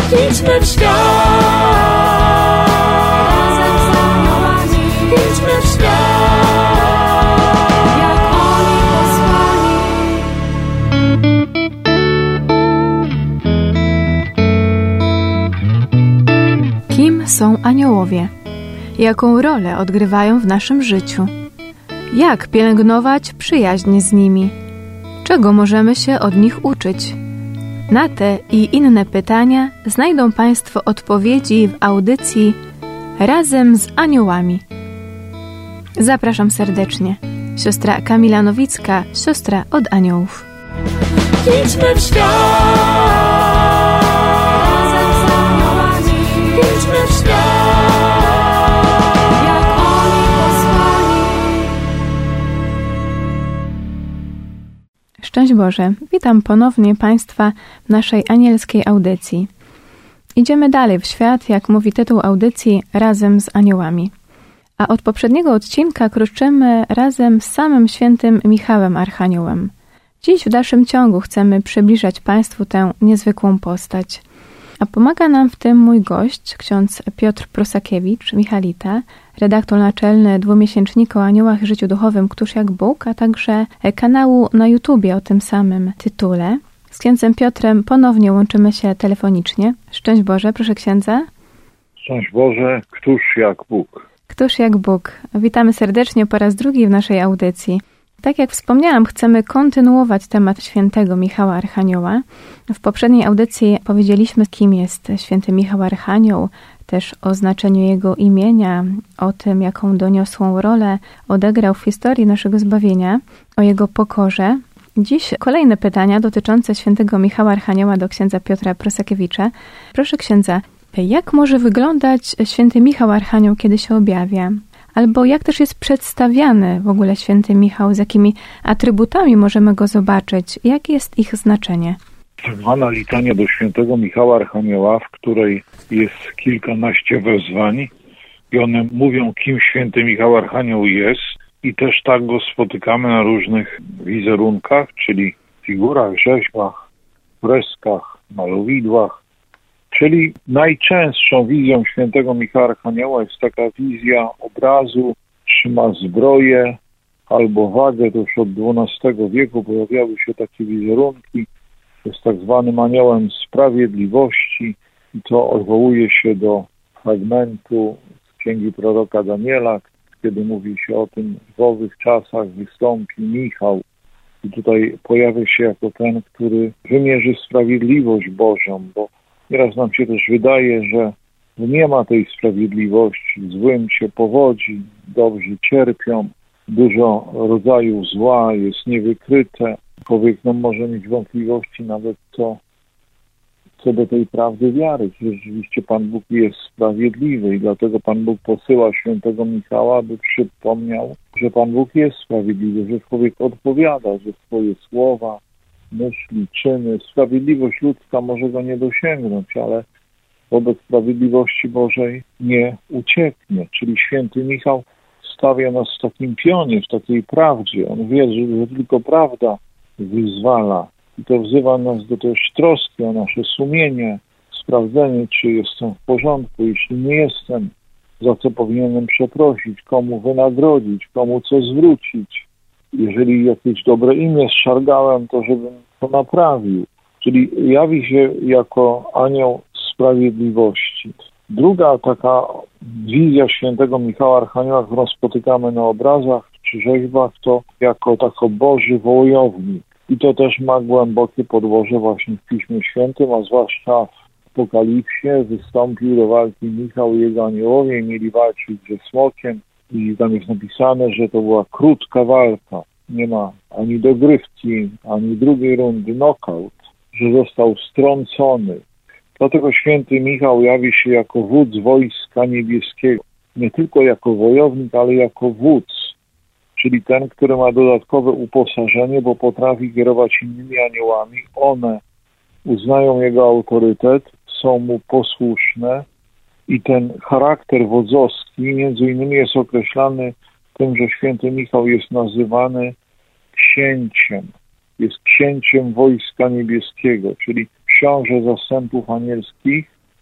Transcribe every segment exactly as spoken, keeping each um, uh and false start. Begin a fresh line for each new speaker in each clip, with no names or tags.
Idźmy w świat, razem z aniołami. Idźmy w świat, jak oni posłani.
Kim są aniołowie? Jaką rolę odgrywają w naszym życiu? Jak pielęgnować przyjaźń z nimi? Czego możemy się od nich uczyć? Na te i inne pytania znajdą Państwo odpowiedzi w audycji Razem z aniołami. Zapraszam serdecznie. Siostra Kamila Nowicka, siostra od aniołów.
Idźmy w świat, razem z aniołami. Idźmy w świat, jak oni posłani.
Szczęść Boże, witam ponownie Państwa w naszej anielskiej audycji. Idziemy dalej w świat, jak mówi tytuł audycji, Razem z aniołami. A od poprzedniego odcinka kroczymy razem z samym świętym Michałem Archaniołem. Dziś w dalszym ciągu chcemy przybliżać Państwu tę niezwykłą postać. A pomaga nam w tym mój gość, ksiądz Piotr Prosakiewicz, Michalita, redaktor naczelny dwumiesięcznika o aniołach i życiu duchowym Któż jak Bóg, a także kanału na YouTubie o tym samym tytule. Z księdzem Piotrem ponownie łączymy się telefonicznie. Szczęść Boże, proszę księdza.
Szczęść Boże, Któż jak Bóg.
Któż jak Bóg. Witamy serdecznie po raz drugi w naszej audycji. Tak jak wspomniałam, chcemy kontynuować temat świętego Michała Archanioła. W poprzedniej audycji powiedzieliśmy, kim jest święty Michał Archanioł, też o znaczeniu jego imienia, o tym, jaką doniosłą rolę odegrał w historii naszego zbawienia, o jego pokorze. Dziś kolejne pytania dotyczące świętego Michała Archanioła do księdza Piotra Prosakiewicza. Proszę księdza, jak może wyglądać święty Michał Archanioł, kiedy się objawia? Albo jak też jest przedstawiany w ogóle święty Michał, z jakimi atrybutami możemy go zobaczyć? Jakie jest ich znaczenie?
Tak zwana litania do świętego Michała Archanioła, w której jest kilkanaście wezwań i one mówią, kim święty Michał Archanioł jest, i też tak go spotykamy na różnych wizerunkach, czyli figurach, rzeźbach, freskach, malowidłach. Czyli najczęstszą wizją świętego Michała Archanioła jest taka wizja obrazu, trzyma zbroję albo wagę. To już od dwunastego wieku pojawiały się takie wizerunki. Jest tak zwanym aniołem sprawiedliwości i to odwołuje się do fragmentu z księgi proroka Daniela, kiedy mówi się o tym, że w owych czasach wystąpi Michał. I tutaj pojawia się jako ten, który wymierzy sprawiedliwość Bożą, bo nieraz nam się też wydaje, że nie ma tej sprawiedliwości, złym się powodzi, dobrzy cierpią, dużo rodzajów zła jest niewykryte. Człowiek no, może mieć wątpliwości nawet co, co do tej prawdy wiary, że rzeczywiście Pan Bóg jest sprawiedliwy i dlatego Pan Bóg posyła świętego Michała, aby przypomniał, że Pan Bóg jest sprawiedliwy, że człowiek odpowiada, że swoje słowa, myśli, czyny, sprawiedliwość ludzka może go nie dosięgnąć, ale wobec sprawiedliwości Bożej nie ucieknie. Czyli święty Michał stawia nas w takim pionie, w takiej prawdzie. On wie, że tylko prawda wyzwala i to wzywa nas do też troski o nasze sumienie, sprawdzenie, czy jestem w porządku, jeśli nie jestem, za co powinienem przeprosić, komu wynagrodzić, komu co zwrócić. Jeżeli jakieś dobre imię zszargałem, to żebym to naprawił. Czyli jawi się jako anioł sprawiedliwości. Druga taka wizja świętego Michała Archanioła, którą spotykamy na obrazach czy rzeźbach, to jako tako Boży wojownik. I to też ma głębokie podłoże właśnie w Piśmie Świętym, a zwłaszcza w Apokalipsie wystąpił do walki Michał i jego aniołowie i mieli walczyć ze smokiem. I tam jest napisane, że to była krótka walka. Nie ma ani dogrywki, ani drugiej rundy, knockout, że został strącony. Dlatego święty Michał jawi się jako wódz wojska niebieskiego. Nie tylko jako wojownik, ale jako wódz. Czyli ten, który ma dodatkowe uposażenie, bo potrafi kierować innymi aniołami. One uznają jego autorytet, są mu posłuszne i ten charakter wodzowski między innymi jest określany tym, że święty Michał jest nazywany księciem. Jest księciem wojska niebieskiego, czyli książę zastępów anielskich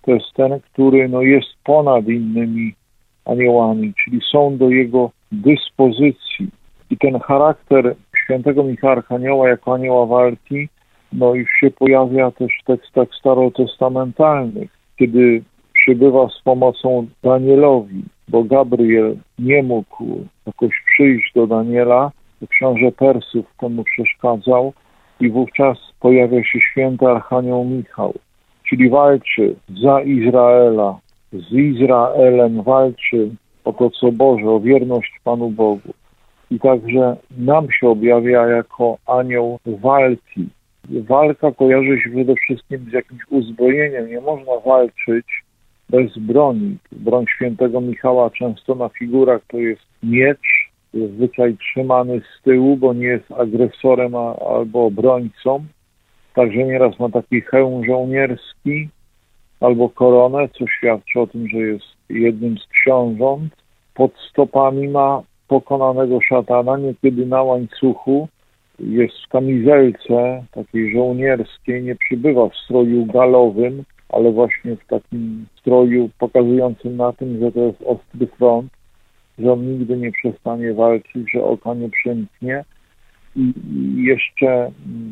to jest ten, który no, jest ponad innymi aniołami, czyli są do jego dyspozycji. I ten charakter świętego Michała Archanioła jako anioła walki, no już się pojawia też w tekstach starotestamentalnych, kiedy przybywa z pomocą Danielowi, bo Gabriel nie mógł jakoś przyjść do Daniela, to książę Persów temu przeszkadzał i wówczas pojawia się święty Archanioł Michał, czyli walczy za Izraela, z Izraelem walczy o to, co Boże, o wierność Panu Bogu. I także nam się objawia jako anioł walki. Walka kojarzy się przede wszystkim z jakimś uzbrojeniem. Nie można walczyć bez broni. Broń świętego Michała często na figurach to jest miecz, zazwyczaj trzymany z tyłu, bo nie jest agresorem a, albo obrońcą. Także nieraz ma taki hełm żołnierski albo koronę, co świadczy o tym, że jest jednym z książąt. Pod stopami ma pokonanego szatana, niekiedy na łańcuchu, jest w kamizelce takiej żołnierskiej, nie przybywa w stroju galowym, ale właśnie w takim stroju pokazującym na tym, że to jest ostry front, że on nigdy nie przestanie walczyć, że oka nie przymknie. I jeszcze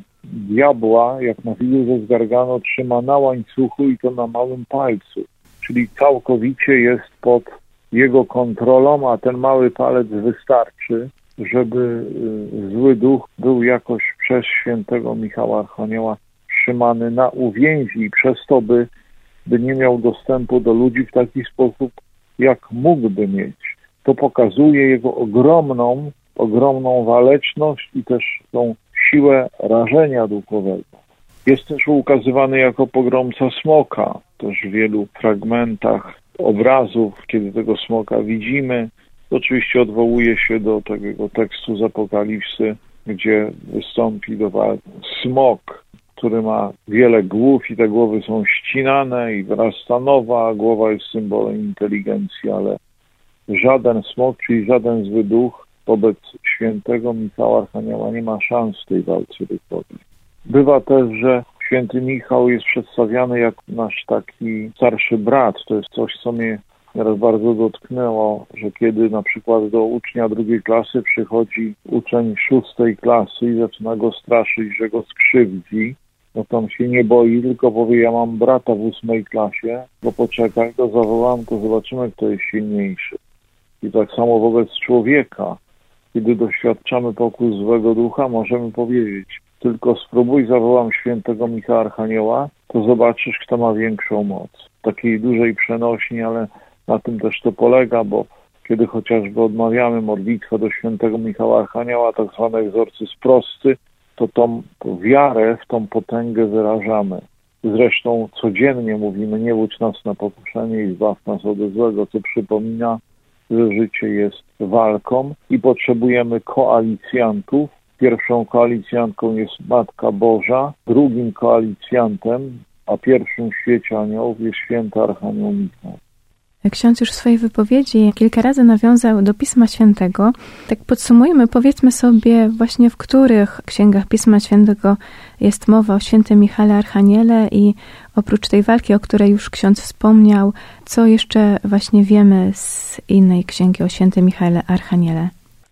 diabła, jak na figurze z Gargano, trzyma na łańcuchu i to na małym palcu, czyli całkowicie jest pod jego kontrolą, a ten mały palec wystarczy, żeby zły duch był jakoś przez świętego Michała Archanioła trzymany na uwięzi i przez to by, by nie miał dostępu do ludzi w taki sposób, jak mógłby mieć. To pokazuje jego ogromną, ogromną waleczność i też tą siłę rażenia duchowego. Jest też ukazywany jako pogromca smoka, też w wielu fragmentach obrazów, kiedy tego smoka widzimy. Oczywiście odwołuje się do takiego tekstu z Apokalipsy, gdzie wystąpi do walki smok, który ma wiele głów i te głowy są ścinane i wyrasta nowa, a głowa jest symbolem inteligencji, ale żaden smok, czyli żaden zły duch wobec świętego Michała Archanioła nie ma szans w tej walce duchowej. Bywa też, że święty Michał jest przedstawiany jak nasz taki starszy brat. To jest coś, co mnie nieraz bardzo dotknęło, że kiedy na przykład do ucznia drugiej klasy przychodzi uczeń szóstej klasy i zaczyna go straszyć, że go skrzywdzi, no to on się nie boi, tylko powie: ja mam brata w ósmej klasie, bo poczekaj, to zawołam, to zobaczymy, kto jest silniejszy. I tak samo wobec człowieka, kiedy doświadczamy pokusu złego ducha, możemy powiedzieć: tylko spróbuj, zawołam świętego Michała Archanioła, to zobaczysz, kto ma większą moc. Takiej dużej przenośni, ale na tym też to polega, bo kiedy chociażby odmawiamy modlitwę do świętego Michała Archanioła, tak zwany egzorcyzm prosty, to tą to wiarę w tą potęgę wyrażamy. Zresztą codziennie mówimy: nie wódź nas na pokuszenie i zbaw nas od złego, co przypomina, że życie jest walką i potrzebujemy koalicjantów. Pierwszą koalicjantką jest Matka Boża, drugim koalicjantem, a pierwszym w świecie aniołów jest święty Archanioł Michał.
Ksiądz już w swojej wypowiedzi kilka razy nawiązał do Pisma Świętego. Tak podsumujmy, powiedzmy sobie właśnie, w których księgach Pisma Świętego jest mowa o świętym Michale Archaniele i oprócz tej walki, o której już ksiądz wspomniał, co jeszcze właśnie wiemy z innej księgi o świętym Michale Archaniele?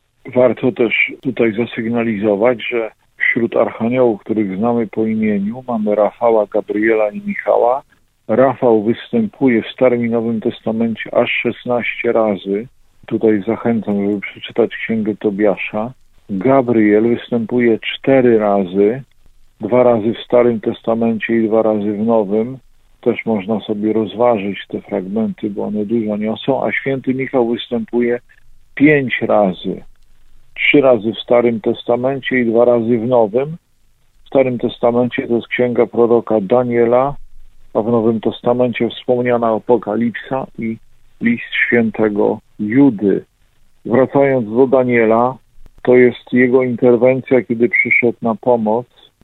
Warto też tutaj zasygnalizować, że wśród archaniołów, których znamy po imieniu, mamy Rafała, Gabriela i Michała. Rafał występuje w Starym i Nowym Testamencie aż szesnaście razy. Tutaj zachęcam, żeby przeczytać księgę Tobiasza. Gabriel występuje cztery razy, dwa razy w Starym Testamencie i dwa razy w Nowym. Też można sobie rozważyć te fragmenty, bo one dużo niosą. A święty Michał występuje pięć razy. Trzy razy w Starym Testamencie i dwa razy w Nowym. W Starym Testamencie to jest księga proroka Daniela, a w Nowym Testamencie wspomniana Apokalipsa i list świętego Judy. Wracając do Daniela, to jest jego interwencja, kiedy przyszedł na pomoc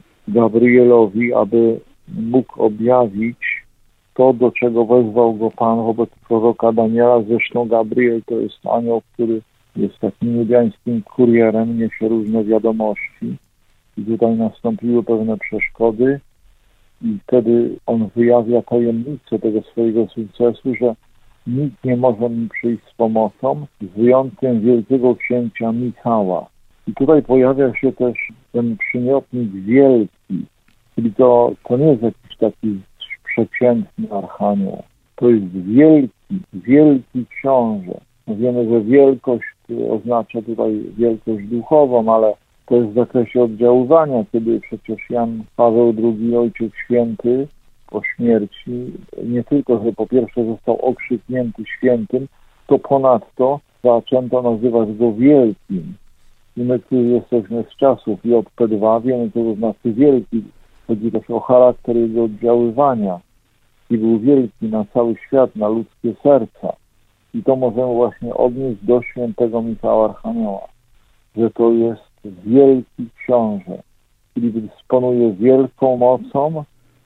Gabrielowi, aby mógł objawić to, do czego wezwał go Pan wobec proroka Daniela. Zresztą Gabriel to jest anioł, który jest takim niebiańskim kurierem, niesie różne wiadomości. I tutaj nastąpiły pewne przeszkody. I wtedy on wyjawia tajemnicę tego swojego sukcesu, że nikt nie może mi przyjść z pomocą, z wyjątkiem wielkiego księcia Michała. I tutaj pojawia się też ten przymiotnik wielki, czyli to, to nie jest jakiś taki przeciętny archanioł. To jest wielki, wielki książę. No wiemy, że wielkość oznacza tutaj wielkość duchową, ale to jest w zakresie oddziaływania, kiedy przecież Jan Paweł drugi, Ojciec Święty, po śmierci, nie tylko, że po pierwsze został okrzyknięty świętym, to ponadto zaczęto nazywać go wielkim. I my, którzy jesteśmy z czasów J P dwa, wiemy, co to znaczy wielki. Chodzi też o charakter jego oddziaływania. I był wielki na cały świat, na ludzkie serca. I to możemy właśnie odnieść do świętego Michała Archanioła, że to jest wielki książę, czyli dysponuje wielką mocą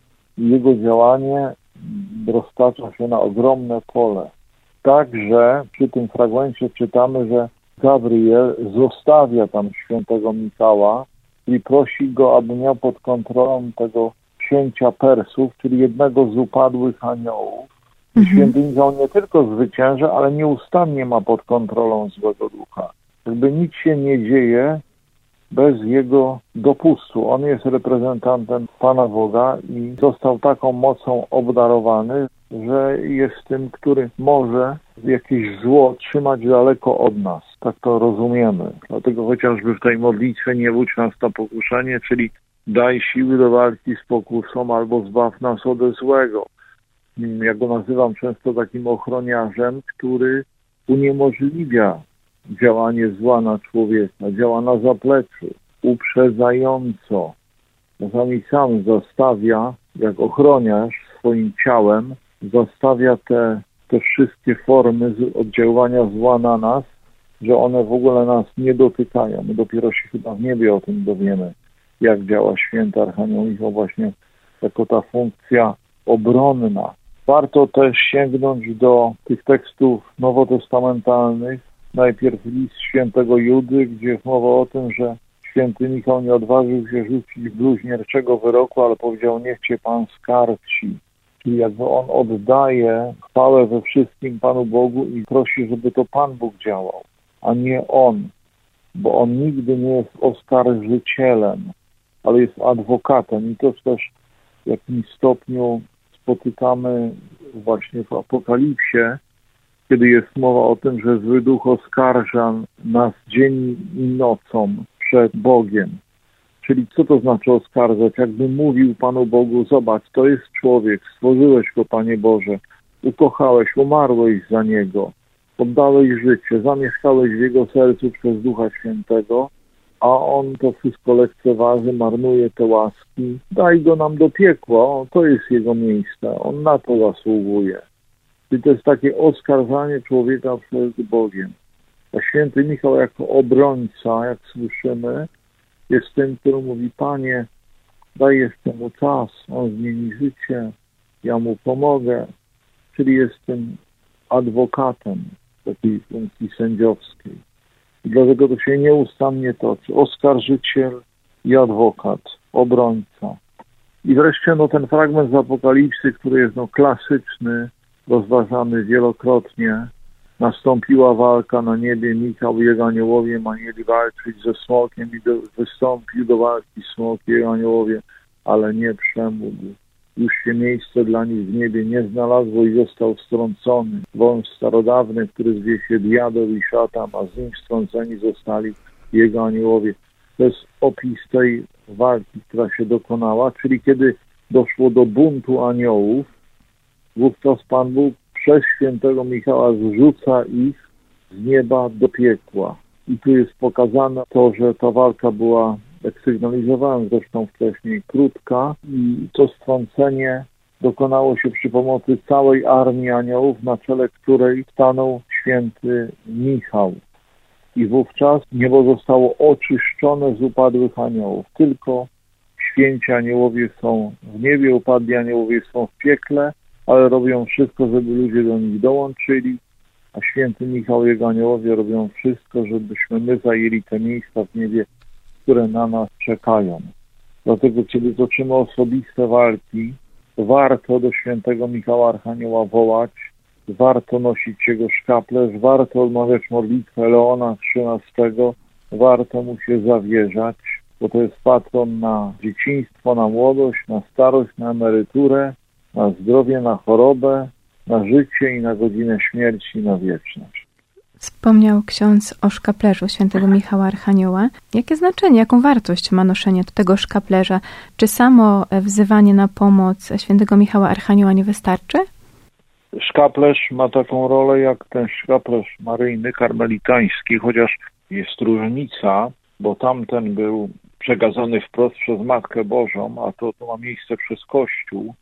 i jego działanie roztacza się na ogromne pole. Także przy tym fragmencie czytamy, że Gabriel zostawia tam świętego Michała i prosi go, aby miał pod kontrolą tego księcia Persów, czyli jednego z upadłych aniołów. Mhm. Święty Michał nie tylko zwycięża, ale nieustannie ma pod kontrolą złego ducha. Jakby nic się nie dzieje bez jego dopustu. On jest reprezentantem Pana Boga i został taką mocą obdarowany, że jest tym, który może jakieś zło trzymać daleko od nas. Tak to rozumiemy. Dlatego chociażby w tej modlitwie nie wódź nas na pokuszenie, czyli daj siły do walki z pokusą albo zbaw nas ode złego. Ja go nazywam często takim ochroniarzem, który uniemożliwia działanie zła na człowieka, działa na zapleczu, uprzedzająco. Czasami sam zastawia, jak ochroniarz swoim ciałem, zastawia te, te wszystkie formy oddziaływania zła na nas, że one w ogóle nas nie dotykają. My dopiero się chyba w niebie o tym dowiemy, jak działa święty Archanioł Michał właśnie jako ta funkcja obronna. Warto też sięgnąć do tych tekstów nowotestamentalnych. Najpierw list świętego Judy, gdzie jest mowa o tym, że święty Michał nie odważył się rzucić bluźnierczego wyroku, ale powiedział, niech cię Pan skarci. Czyli jakby on oddaje chwałę we wszystkim Panu Bogu i prosi, żeby to Pan Bóg działał, a nie on. Bo on nigdy nie jest oskarżycielem, ale jest adwokatem. I to też w jakimś stopniu spotykamy właśnie w Apokalipsie, kiedy jest mowa o tym, że zły duch oskarża nas dzień i nocą przed Bogiem. Czyli co to znaczy oskarżać? Jakby mówił Panu Bogu, zobacz, to jest człowiek, stworzyłeś go, Panie Boże, ukochałeś, umarłeś za niego, oddałeś życie, zamieszkałeś w jego sercu przez Ducha Świętego, a on to wszystko lekceważy, marnuje te łaski. Daj go nam do piekła, to jest jego miejsce, on na to zasługuje. Czyli to jest takie oskarżanie człowieka przed Bogiem. A święty Michał jako obrońca, jak słyszymy, jest tym, który mówi, Panie, dajesz mu czas, on zmieni życie, ja mu pomogę. Czyli jest tym adwokatem takiej funkcji sędziowskiej. I dlatego to się nieustannie toczy. Oskarżyciel i adwokat, obrońca. I wreszcie no, ten fragment z Apokalipsy, który jest no, klasyczny, rozważany wielokrotnie. Nastąpiła walka na niebie, Michał i jego aniołowie mieli walczyć ze smokiem i do, wystąpił do walki smok i jego aniołowie, ale nie przemógł. Już się miejsce dla nich w niebie nie znalazło i został strącony. Wąż starodawny, który zwie się diabeł i szatan, a z nim strąceni zostali jego aniołowie. To jest opis tej walki, która się dokonała, czyli kiedy doszło do buntu aniołów, wówczas Pan Bóg przez świętego Michała zrzuca ich z nieba do piekła. I tu jest pokazane to, że ta walka była, jak sygnalizowałem zresztą wcześniej, krótka i to strącenie dokonało się przy pomocy całej armii aniołów, na czele której stanął święty Michał. I wówczas niebo zostało oczyszczone z upadłych aniołów. Tylko święci aniołowie są w niebie, upadli aniołowie są w piekle, ale robią wszystko, żeby ludzie do nich dołączyli, a święty Michał i jego aniołowie robią wszystko, żebyśmy my zajęli te miejsca w niebie, które na nas czekają. Dlatego, kiedy toczymy osobiste walki, warto do świętego Michała Archanioła wołać, warto nosić jego szkaplerz, warto odmawiać modlitwę Leona trzynastego, warto mu się zawierzać, bo to jest patron na dzieciństwo, na młodość, na starość, na emeryturę, na zdrowie, na chorobę, na życie i na godzinę śmierci, na wieczność.
Wspomniał ksiądz o szkaplerzu świętego Michała Archanioła. Jakie znaczenie, jaką wartość ma noszenie tego szkaplerza? Czy samo wzywanie na pomoc świętego Michała Archanioła nie wystarczy?
Szkaplerz ma taką rolę jak ten szkaplerz maryjny, karmelitański, chociaż jest różnica, bo tamten był przekazany wprost przez Matkę Bożą, a to, to ma miejsce przez Kościół,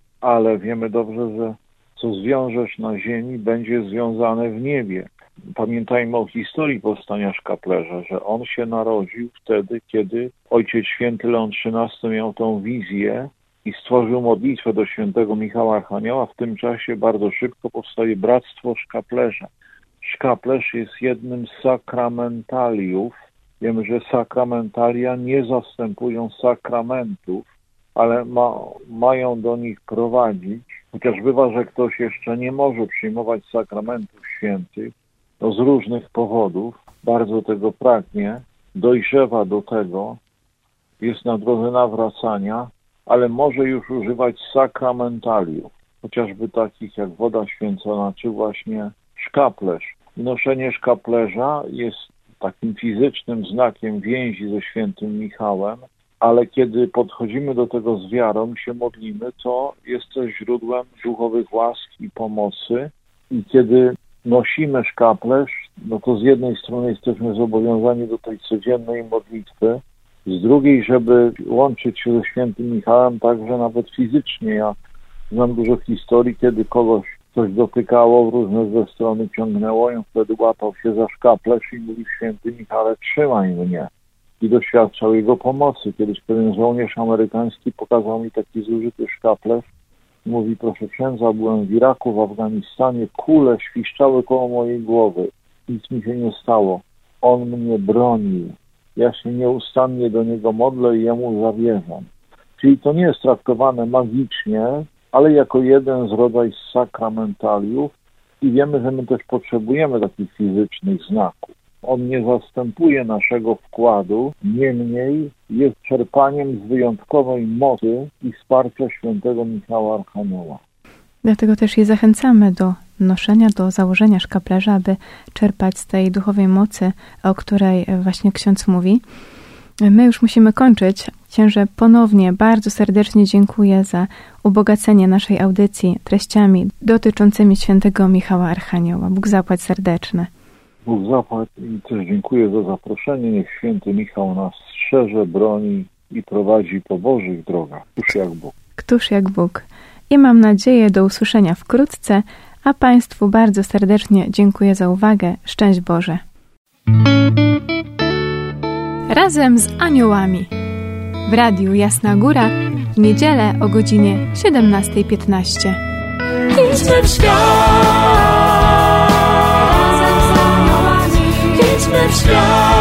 ale wiemy dobrze, że co zwiążesz na ziemi, będzie związane w niebie. Pamiętajmy o historii powstania szkaplerza, że on się narodził wtedy, kiedy Ojciec Święty Leon trzynasty miał tą wizję i stworzył modlitwę do świętego Michała Archanioła. W tym czasie bardzo szybko powstaje Bractwo Szkaplerza. Szkaplerz jest jednym z sakramentaliów. Wiemy, że sakramentalia nie zastępują sakramentów, ale ma, mają do nich prowadzić. Chociaż bywa, że ktoś jeszcze nie może przyjmować sakramentów świętych, no z różnych powodów, bardzo tego pragnie, dojrzewa do tego, jest na drodze nawracania, ale może już używać sakramentaliów, chociażby takich jak woda święcona, czy właśnie szkaplerz. Noszenie szkaplerza jest takim fizycznym znakiem więzi ze świętym Michałem, ale kiedy podchodzimy do tego z wiarą i się modlimy, to jest to źródłem duchowych łask i pomocy. I kiedy nosimy szkaplerz, no to z jednej strony jesteśmy zobowiązani do tej codziennej modlitwy, z drugiej, żeby łączyć się ze świętym Michałem także nawet fizycznie. Ja znam dużo historii, kiedy kogoś coś dotykało, w różne ze strony ciągnęło, i wtedy łapał się za szkaplerz i mówił: święty Michale, trzymaj mnie. I doświadczał jego pomocy. Kiedyś pewien żołnierz amerykański pokazał mi taki zużyty szkaplerz. Mówi: proszę księdza, byłem w Iraku, w Afganistanie, kule świszczały koło mojej głowy. Nic mi się nie stało. On mnie bronił. Ja się nieustannie do niego modlę i jemu zawierzam. Czyli to nie jest traktowane magicznie, ale jako jeden z rodzajów sakramentaliów i wiemy, że my też potrzebujemy takich fizycznych znaków. On nie zastępuje naszego wkładu, niemniej jest czerpaniem z wyjątkowej mocy i wsparcia świętego Michała Archanioła.
Dlatego też je zachęcamy do noszenia, do założenia szkaplerza, aby czerpać z tej duchowej mocy, o której właśnie ksiądz mówi. My już musimy kończyć. Księże, ponownie bardzo serdecznie dziękuję za ubogacenie naszej audycji treściami dotyczącymi świętego Michała Archanioła. Bóg zapłać serdeczne.
Bóg zapłać i też dziękuję za zaproszenie. Niech święty Michał nas strzeże, broni i prowadzi po Bożych drogach. Któż jak Bóg.
Któż jak Bóg. I mam nadzieję do usłyszenia wkrótce, a Państwu bardzo serdecznie dziękuję za uwagę. Szczęść Boże. Razem z aniołami w Radiu Jasna Góra w niedzielę o godzinie siedemnasta piętnaście.
Idźmy w świat, razem z aniołami, idźmy w świat.